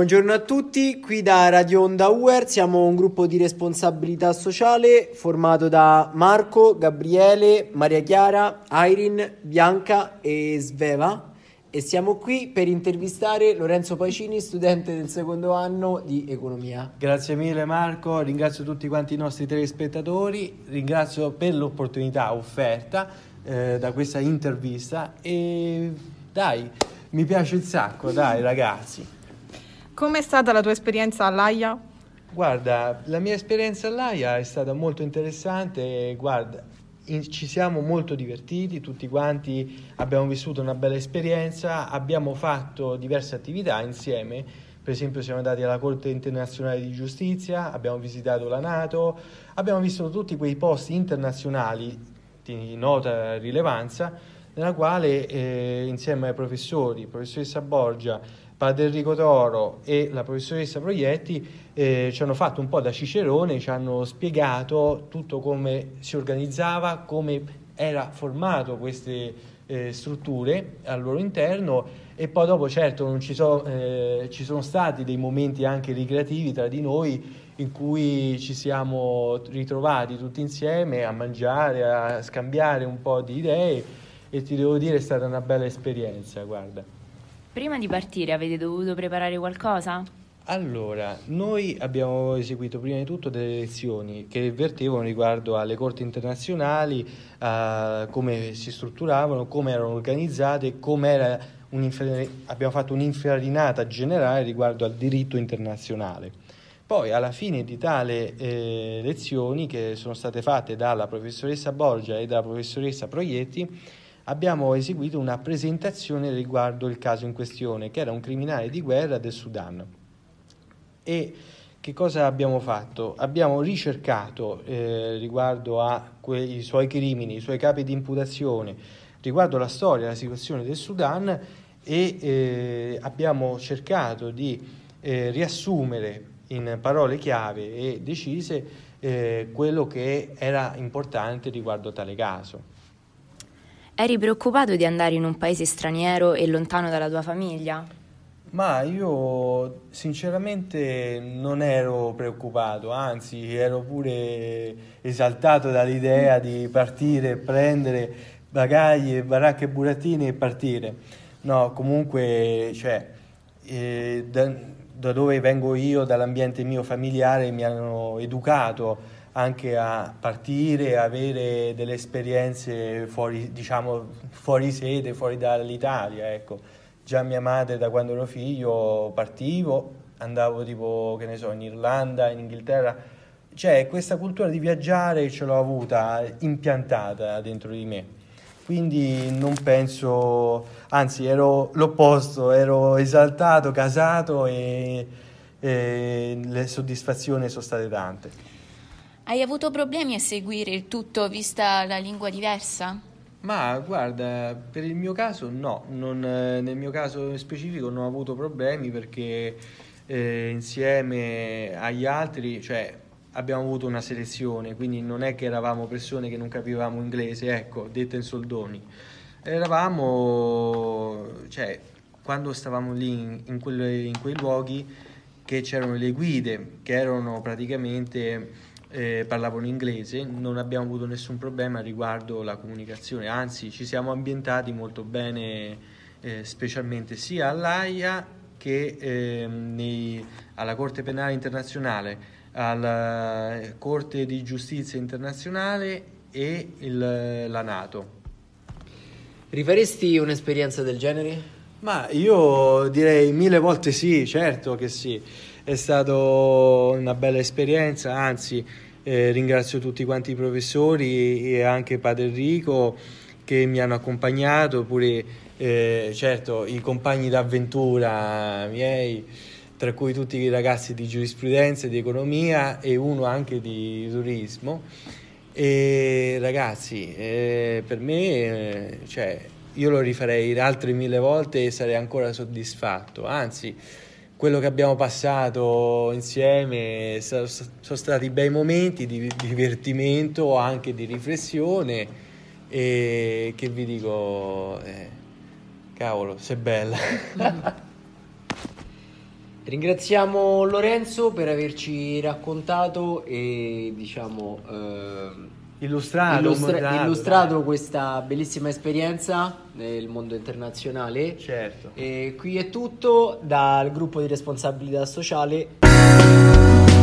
Buongiorno a tutti, qui da Radio Onda UER siamo un gruppo di responsabilità sociale formato da Marco, Gabriele, Maria Chiara, Irene, Bianca e Sveva e siamo qui per intervistare Lorenzo Pacini, studente del secondo anno di economia. Grazie mille Marco, ringrazio tutti quanti i nostri telespettatori, ringrazio per l'opportunità offerta da questa intervista e dai, mi piace il sacco, dai ragazzi. Com'è stata la tua esperienza all'AIA? Guarda, la mia esperienza all'AIA è stata molto interessante, guarda, ci siamo molto divertiti, tutti quanti abbiamo vissuto una bella esperienza, abbiamo fatto diverse attività insieme, per esempio siamo andati alla Corte Internazionale di Giustizia, abbiamo visitato la NATO, abbiamo visto tutti quei posti internazionali di nota rilevanza, nella quale insieme ai professori, professoressa Borgia, Padre Enrico Toro e la professoressa Proietti ci hanno fatto un po' da cicerone, ci hanno spiegato tutto come si organizzava, come era formato queste strutture al loro interno e poi dopo certo non ci sono stati dei momenti anche ricreativi tra di noi in cui ci siamo ritrovati tutti insieme a mangiare, a scambiare un po' di idee e ti devo dire è stata una bella esperienza, guarda. Prima di partire avete dovuto preparare qualcosa? Allora, noi abbiamo eseguito prima di tutto delle lezioni che vertevano riguardo alle corti internazionali, come si strutturavano, come erano organizzate, abbiamo fatto un'infarinata generale riguardo al diritto internazionale. Poi alla fine di tale lezioni che sono state fatte dalla professoressa Borgia e dalla professoressa Proietti, abbiamo eseguito una presentazione riguardo il caso in questione, che era un criminale di guerra del Sudan. E che cosa abbiamo fatto? Abbiamo ricercato riguardo a quei suoi crimini, i suoi capi di imputazione, riguardo la storia, la situazione del Sudan e abbiamo cercato di riassumere in parole chiave e decise quello che era importante riguardo tale caso. Eri preoccupato di andare in un paese straniero e lontano dalla tua famiglia? Ma io sinceramente non ero preoccupato, anzi ero pure esaltato dall'idea di partire, prendere bagagli, baracche e burattini e partire. No, comunque, da dove vengo io, dall'ambiente mio familiare, mi hanno educato anche a partire, avere delle esperienze fuori sede, fuori dall'Italia, ecco. Già mia madre da quando ero figlio partivo, andavo tipo, che ne so, in Irlanda, in Inghilterra, cioè questa cultura di viaggiare ce l'ho avuta impiantata dentro di me. Quindi non penso, anzi ero l'opposto, ero esaltato, casato e le soddisfazioni sono state tante. Hai avuto problemi a seguire il tutto vista la lingua diversa? Ma guarda, per il mio caso no, nel mio caso specifico non ho avuto problemi perché insieme agli altri, abbiamo avuto una selezione, quindi non è che eravamo persone che non capivamo inglese, ecco, dette in soldoni. Eravamo, quando stavamo lì in quei luoghi che c'erano le guide, che erano praticamente parlavano inglese, non abbiamo avuto nessun problema riguardo la comunicazione, anzi ci siamo ambientati molto bene, specialmente sia all'AIA che alla Corte Penale Internazionale, alla Corte di Giustizia Internazionale e la NATO. Rifaresti un'esperienza del genere? Ma io direi 1000 volte sì, certo che sì. È stata una bella esperienza, anzi ringrazio tutti quanti i professori e anche Padre Enrico che mi hanno accompagnato, pure certo i compagni d'avventura miei, tra cui tutti i ragazzi di giurisprudenza e di economia e uno anche di turismo. E ragazzi, per me, io lo rifarei altre 1000 volte e sarei ancora soddisfatto, anzi quello che abbiamo passato insieme sono stati bei momenti di divertimento, anche di riflessione e che vi dico, cavolo, sei bella. Ringraziamo Lorenzo per averci raccontato e illustrato questa bellissima esperienza nel mondo internazionale. Certo. E qui è tutto dal gruppo di responsabilità sociale.